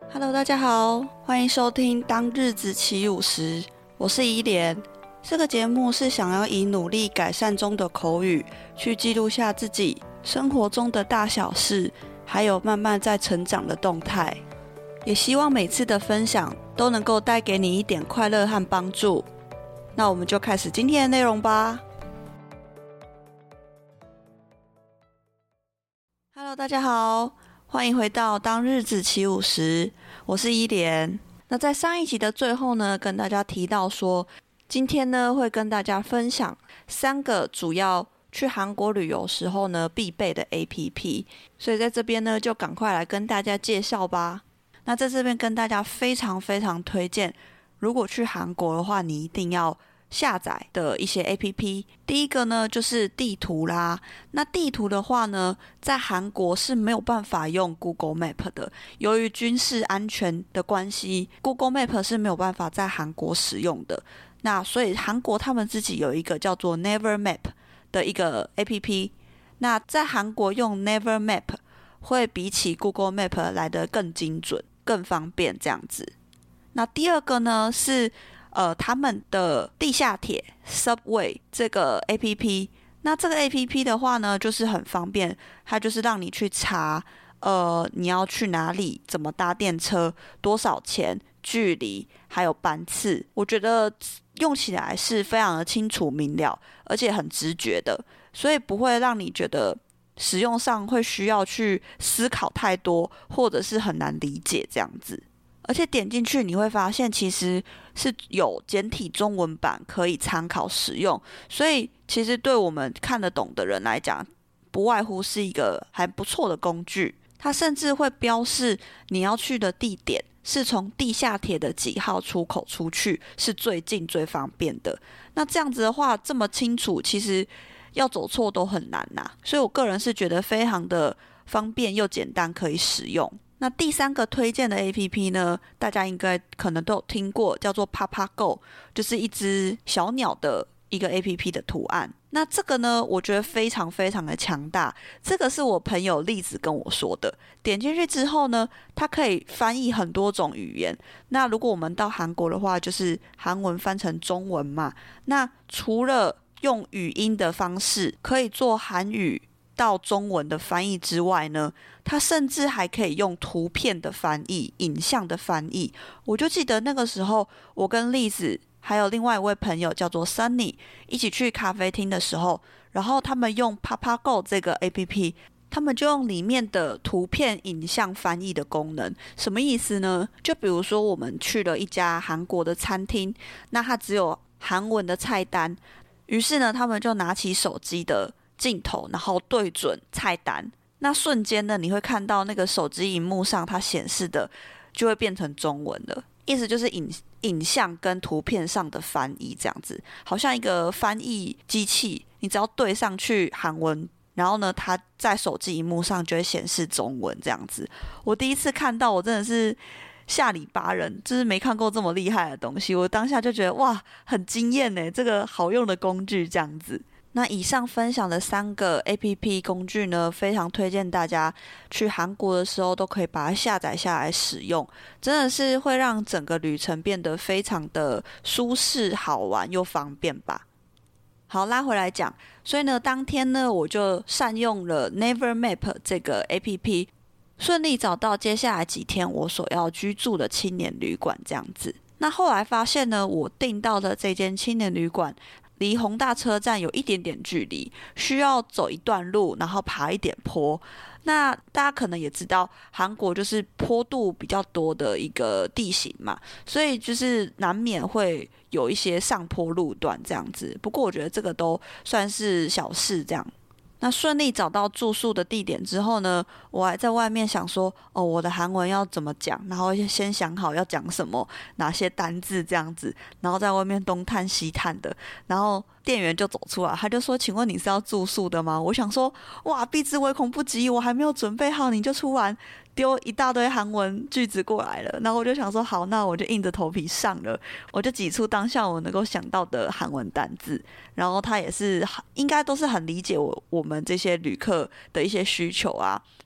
Hello， 大家好，欢迎收听当日子起舞时，我是依莲。这个节目是想要以努力改善中的口语，去记录下自己生活中的大小事，还有慢慢在成长的动态。也希望每次的分享都能够带给你一点快乐和帮助。那我们就开始今天的内容吧。Hello， 大家好，欢迎回到当日子起舞时，我是依莲。那在上一集的最后呢，跟大家提到说，今天呢会跟大家分享3个主要去韩国旅游时候呢必备的 APP， 所以在这边呢就赶快来跟大家介绍吧。那在这边跟大家非常推荐，如果去韩国的话，你一定要下载的一些 APP。 第一个呢就是地图啦。那地图的话呢，在韩国是没有办法用 Google Map 的，由于军事安全的关系， Google Map 是没有办法在韩国使用的。那所以韩国他们自己有一个叫做 Never Map 的一个 APP。 那在韩国用 Never Map 会比起 Google Map 来得更精准更方便这样子。那第二个呢是他们的地下铁 Subway 这个 APP。 那这个 APP 的话呢就是很方便，它就是让你去查你要去哪里，怎么搭电车，多少钱，距离还有班次。我觉得用起来是非常的清楚明了，而且很直觉的，所以不会让你觉得使用上会需要去思考太多，或者是很难理解这样子。而且点进去你会发现其实是有简体中文版可以参考使用，所以其实对我们看得懂的人来讲，不外乎是一个还不错的工具。它甚至会标示你要去的地点是从地下铁的几号出口出去，是最近最方便的。那这样子的话这么清楚，其实要走错都很难啊，所以我个人是觉得非常的方便又简单可以使用。那第3个推荐的 APP 呢，大家应该可能都有听过，叫做 Papago， 就是一只小鸟的一个 APP 的图案。那这个呢我觉得非常的强大，这个是我朋友栗子跟我说的。点进去之后呢，它可以翻译很多种语言。那如果我们到韩国的话，就是韩文翻成中文嘛。那除了用语音的方式可以做韩语到中文的翻译之外呢，它甚至还可以用图片的翻译、影像的翻译。我就记得那个时候我跟栗子还有另外一位朋友叫做 Sunny 一起去咖啡厅的时候，然后他们用 Papago 这个 APP， 他们就用里面的图片影像翻译的功能。什么意思呢？就比如说我们去了一家韩国的餐厅，那它只有韩文的菜单，于是呢他们就拿起手机的镜头，然后对准菜单，那瞬间呢你会看到那个手机荧幕上它显示的就会变成中文了。意思就是影像跟图片上的翻译这样子，好像一个翻译机器，你只要对上去韩文，然后呢它在手机荧幕上就会显示中文这样子。我第一次看到，我真的是下里巴人，就是没看过这么厉害的东西。我当下就觉得哇，很惊艳耶，这个好用的工具这样子。那以上分享的3个 APP 工具呢，非常推荐大家去韩国的时候都可以把它下载下来使用，真的是会让整个旅程变得非常的舒适、好玩又方便吧。好，拉回来讲，所以呢当天呢我就善用了 Never Map 这个 APP， 顺利找到接下来几天我所要居住的青年旅馆这样子。那后来发现呢，我订到的这间青年旅馆离弘大车站有一点点距离，需要走一段路，然后爬一点坡。那大家可能也知道，韩国就是坡度比较多的一个地形嘛，所以就是难免会有一些上坡路段这样子。不过我觉得这个都算是小事这样。那顺利找到住宿的地点之后呢，我还在外面想说我的韩文要怎么讲，然后先想好要讲什么，哪些单字这样子，然后在外面东探西探的。然后店员就走出来，他就说请问你是要住宿的吗？我想说哇，避之唯恐不及，我还没有准备好你就突然丢一大堆韩文句子过来了。然后我就想说好，那我就硬着头皮上了，我就挤出当下我能够想到的韩文单字。然后他也是应该都是很理解我们这些旅客的一些需求啊，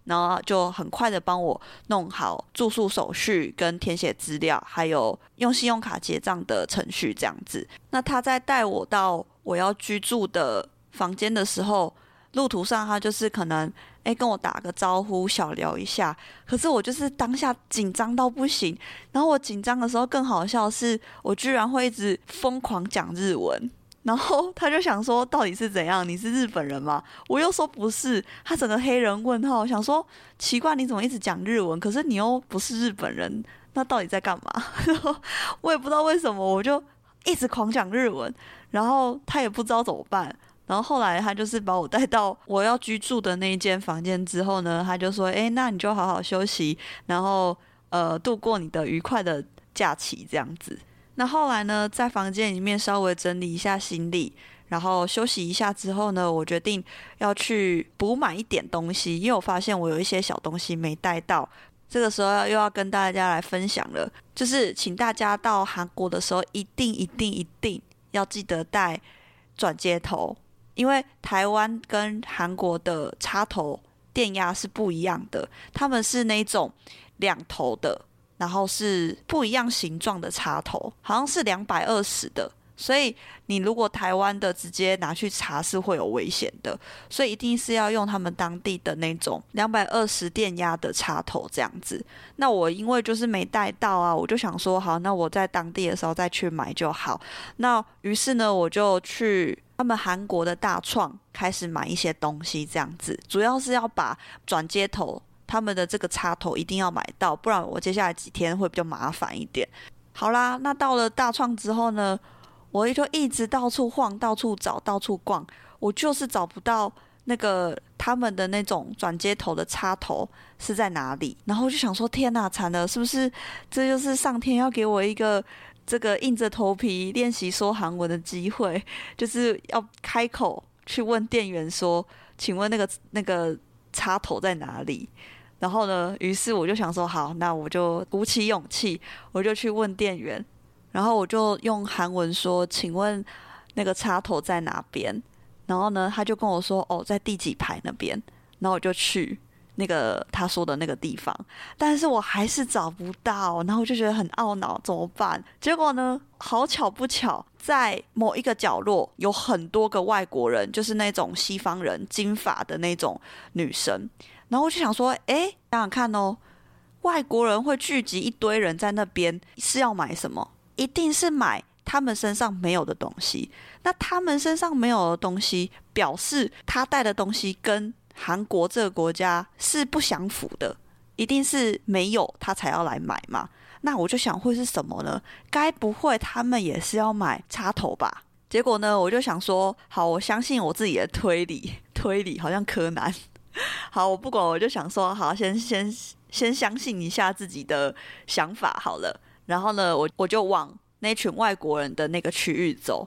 然后就很快的帮我弄好住宿手续跟填写资料，还有用信用卡结账的程序这样子。那他在带我到我要居住的房间的时候，路途上他就是可能跟我打个招呼小聊一下，可是我就是当下紧张到不行，然后我紧张的时候更好笑的是我居然会一直疯狂讲日文，然后他就想说到底是怎样，你是日本人吗？我又说不是，他整个黑人问号，想说奇怪你怎么一直讲日文，可是你又不是日本人，那到底在干嘛？然后我也不知道为什么我就一直狂讲日文，然后他也不知道怎么办。然后后来他就是把我带到我要居住的那一间房间之后呢，他就说那你就好好休息，然后度过你的愉快的假期这样子。那后来呢，在房间里面稍微整理一下行李，然后休息一下之后呢，我决定要去补买一点东西，因为我发现我有一些小东西没带到。这个时候又要跟大家来分享了，就是请大家到韩国的时候一定要记得带转接头，因为台湾跟韩国的插头电压是不一样的，他们是那种两头的，然后是不一样形状的插头，好像是220的，所以你如果台湾的直接拿去插是会有危险的，所以一定是要用他们当地的那种220电压的插头这样子。那我因为就是没带到啊，我就想说好，那我在当地的时候再去买就好。那于是呢，我就去他们韩国的大创开始买一些东西这样子，主要是要把转接头他们的这个插头一定要买到，不然我接下来几天会比较麻烦一点。好啦，那到了大创之后呢，我就一直到处晃，到处找，到处逛，我就是找不到那个他们的那种转接头的插头是在哪里。然后我就想说，天哪，惨了，是不是这就是上天要给我一个这个硬着头皮练习说韩文的机会，就是要开口去问店员说，请问那个插头在哪里？然后呢，于是我就想说，好，那我就鼓起勇气，我就去问店员，然后我就用韩文说，请问那个插头在哪边？然后呢，他就跟我说，在第几排那边。然后我就去那个他说的那个地方，但是我还是找不到，然后我就觉得很懊恼，怎么办？结果呢，好巧不巧，在某一个角落有很多个外国人，就是那种西方人，金发的那种女生。然后我就想说，想想看哦，外国人会聚集一堆人在那边是要买什么？一定是买他们身上没有的东西。那他们身上没有的东西，表示他带的东西跟韩国这个国家是不相符的，一定是没有他才要来买嘛。那我就想会是什么呢？该不会他们也是要买插头吧？结果呢，我就想说，好，我相信我自己的推理好像柯南。好，我不管，我就想说，好，先相信一下自己的想法好了。然后呢，我就往那群外国人的那个区域走。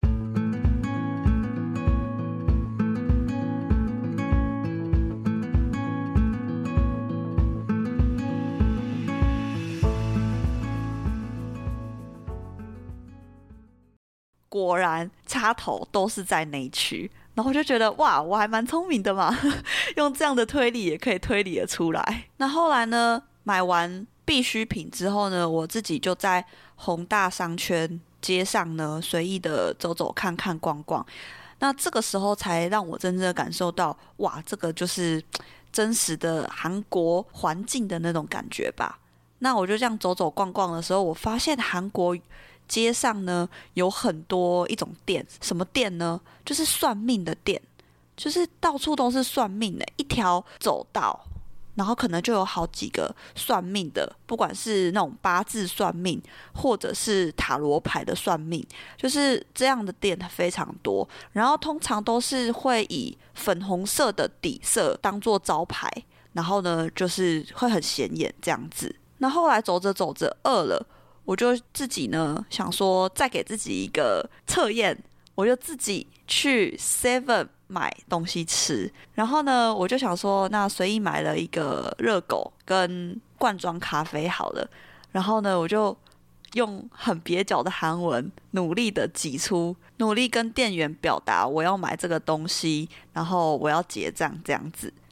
果然插头都是在那一区，然后我就觉得哇，我还蛮聪明的嘛，用这样的推理也可以推理得出来。那后来呢，买完必需品之后呢，我自己就在弘大商圈街上呢随意的走走看看逛逛。那这个时候才让我真正的感受到，哇，这个就是真实的韩国环境的那种感觉吧。那我就这样走走逛逛的时候，我发现韩国街上呢有很多一种店，什么店呢？就是算命的店，就是到处都是算命的，一条走道，然后可能就有好几个算命的，不管是那种八字算命，或者是塔罗牌的算命，就是这样的店非常多。然后通常都是会以粉红色的底色当做招牌，然后呢就是会很显眼这样子。那后来走着走着饿了，我就自己呢想说再给自己一个测验，我就自己去 Seven 买东西吃。然后呢我就想说，那随意买了一个热狗跟罐装咖啡好了。然后呢我就用很蹩脚的韩文努力的挤出，努力跟店员表达我要买这个东西，然后我要结账这样子。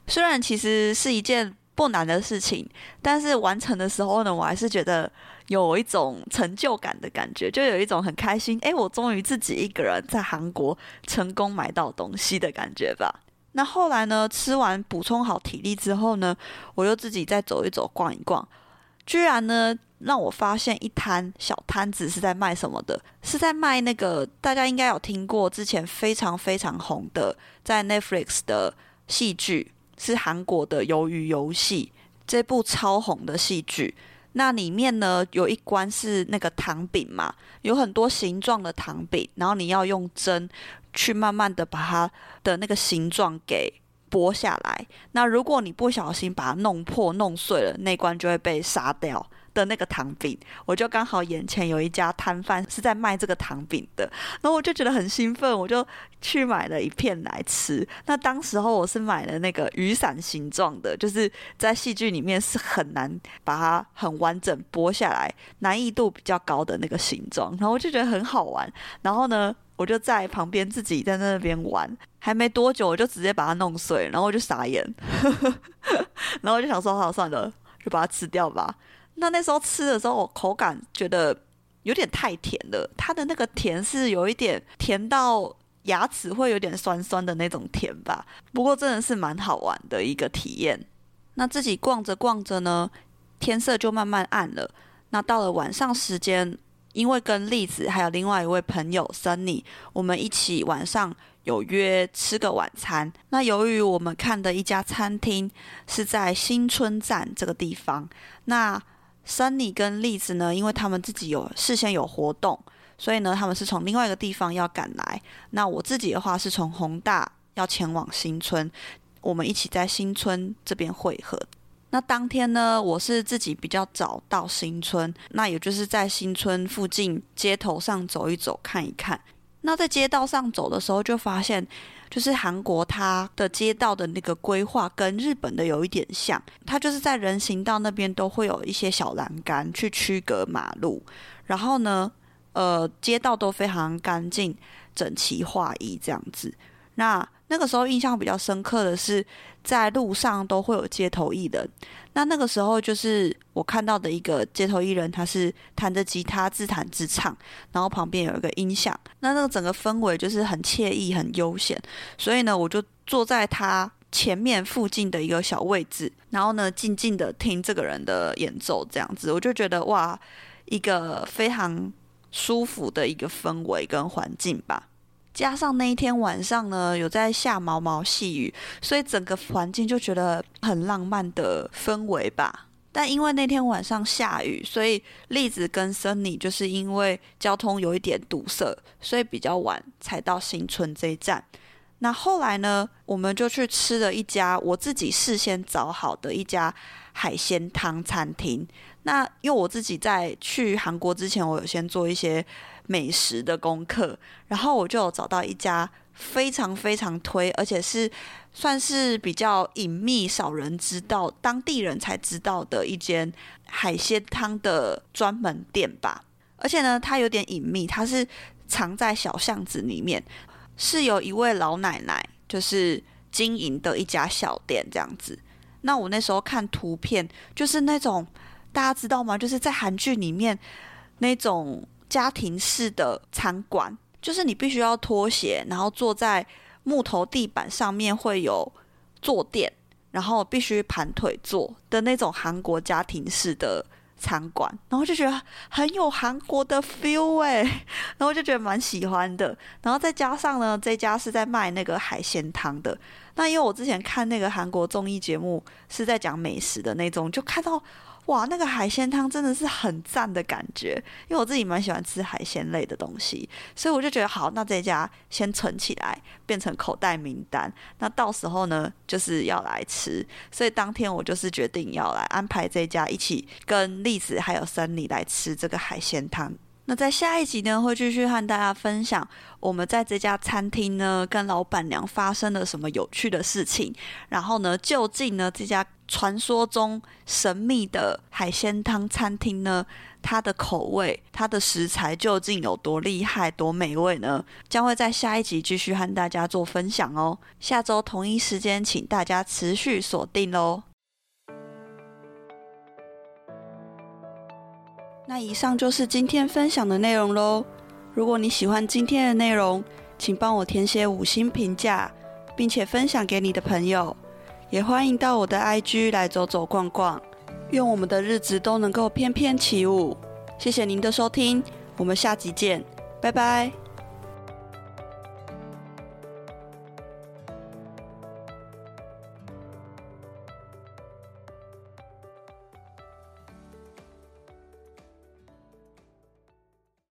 虽然其实是一件不难的事情，但是完成的时候呢，我还是觉得有一种成就感的感觉，就有一种很开心，我终于自己一个人在韩国成功买到东西的感觉吧。那后来呢，吃完补充好体力之后呢，我又自己再走一走逛一逛，居然呢让我发现一摊小摊子是在卖什么的，是在卖那个大家应该有听过之前非常非常红的在 Netflix 的戏剧，是韩国的鱿鱼游戏，这部超红的戏剧。那里面呢有一关是那个糖饼嘛，有很多形状的糖饼，然后你要用针去慢慢的把它的那个形状给剥下来，那如果你不小心把它弄破弄碎了，那关就会被杀掉的那个糖饼。我就刚好眼前有一家摊贩是在卖这个糖饼的，然后我就觉得很兴奋，我就去买了一片来吃。那当时候我是买了那个雨伞形状的，就是在戏剧里面是很难把它很完整剥下来，难易度比较高的那个形状，然后我就觉得很好玩。然后呢我就在旁边自己在那边玩，还没多久我就直接把它弄碎，然后我就傻眼然后我就想说好算了，就把它吃掉吧。那时候吃的时候我口感觉得有点太甜了，它的那个甜是有一点甜到牙齿会有点酸酸的那种甜吧，不过真的是蛮好玩的一个体验。那自己逛着逛着呢，天色就慢慢暗了，那到了晚上时间，因为跟栗子还有另外一位朋友 Sunny 我们一起晚上有约吃个晚餐。那由于我们看的一家餐厅是在新村站这个地方，那Sunny 跟栗子呢，因为他们自己有事先有活动，所以呢他们是从另外一个地方要赶来。那我自己的话是从弘大要前往新村，我们一起在新村这边会合。那当天呢，我是自己比较早到新村，那也就是在新村附近街头上走一走看一看。那在街道上走的时候就发现，就是韩国它的街道的那个规划跟日本的有一点像，它就是在人行道那边都会有一些小栏杆去区隔马路，然后呢街道都非常干净整齐划一这样子。那个时候印象比较深刻的是，在路上都会有街头艺人。那个时候就是我看到的一个街头艺人，他是弹着吉他自弹自唱，然后旁边有一个音响，那个整个氛围就是很惬意很悠闲。所以呢我就坐在他前面附近的一个小位置，然后呢静静的听这个人的演奏这样子，我就觉得哇，一个非常舒服的一个氛围跟环境吧。加上那一天晚上呢有在下毛毛细雨，所以整个环境就觉得很浪漫的氛围吧。但因为那天晚上下雨，所以栗子跟 Sunny 就是因为交通有一点堵塞，所以比较晚才到新村这一站。那后来呢我们就去吃了一家我自己事先找好的一家海鲜汤餐厅。那因为我自己在去韩国之前，我有先做一些美食的功课，然后我就有找到一家非常非常推，而且是算是比较隐秘少人知道，当地人才知道的一间海鲜汤的专门店吧。而且呢它有点隐秘，它是藏在小巷子里面，是有一位老奶奶就是经营的一家小店这样子。那我那时候看图片，就是那种大家知道吗，就是在韩剧里面那种家庭式的餐馆，就是你必须要脱鞋，然后坐在木头地板上面会有坐垫，然后必须盘腿坐的那种韩国家庭式的餐馆，然后就觉得很有韩国的 feel 然后就觉得蛮喜欢的。然后再加上呢这家是在卖那个海鲜汤的，那因为我之前看那个韩国综艺节目是在讲美食的那种，就看到哇那个海鲜汤真的是很赞的感觉，因为我自己蛮喜欢吃海鲜类的东西，所以我就觉得好，那这家先存起来变成口袋名单，那到时候呢就是要来吃。所以当天我就是决定要来安排这家一起跟栗子还有Sunny来吃这个海鲜汤。 那在下一集呢，会继续和大家分享我们在这家餐厅呢跟老板娘发生了什么有趣的事情，然后呢，究竟呢这家传说中神秘的海鲜汤餐厅呢，它的口味、它的食材究竟有多厉害、多美味呢？将会在下一集继续和大家做分享哦。下周同一时间，请大家持续锁定咯。那以上就是今天分享的内容咯。如果你喜欢今天的内容，请帮我填写5星评价，并且分享给你的朋友。也欢迎到我的 IG 来走走逛逛，愿我们的日子都能够翩翩起舞。谢谢您的收听，我们下集见，拜拜。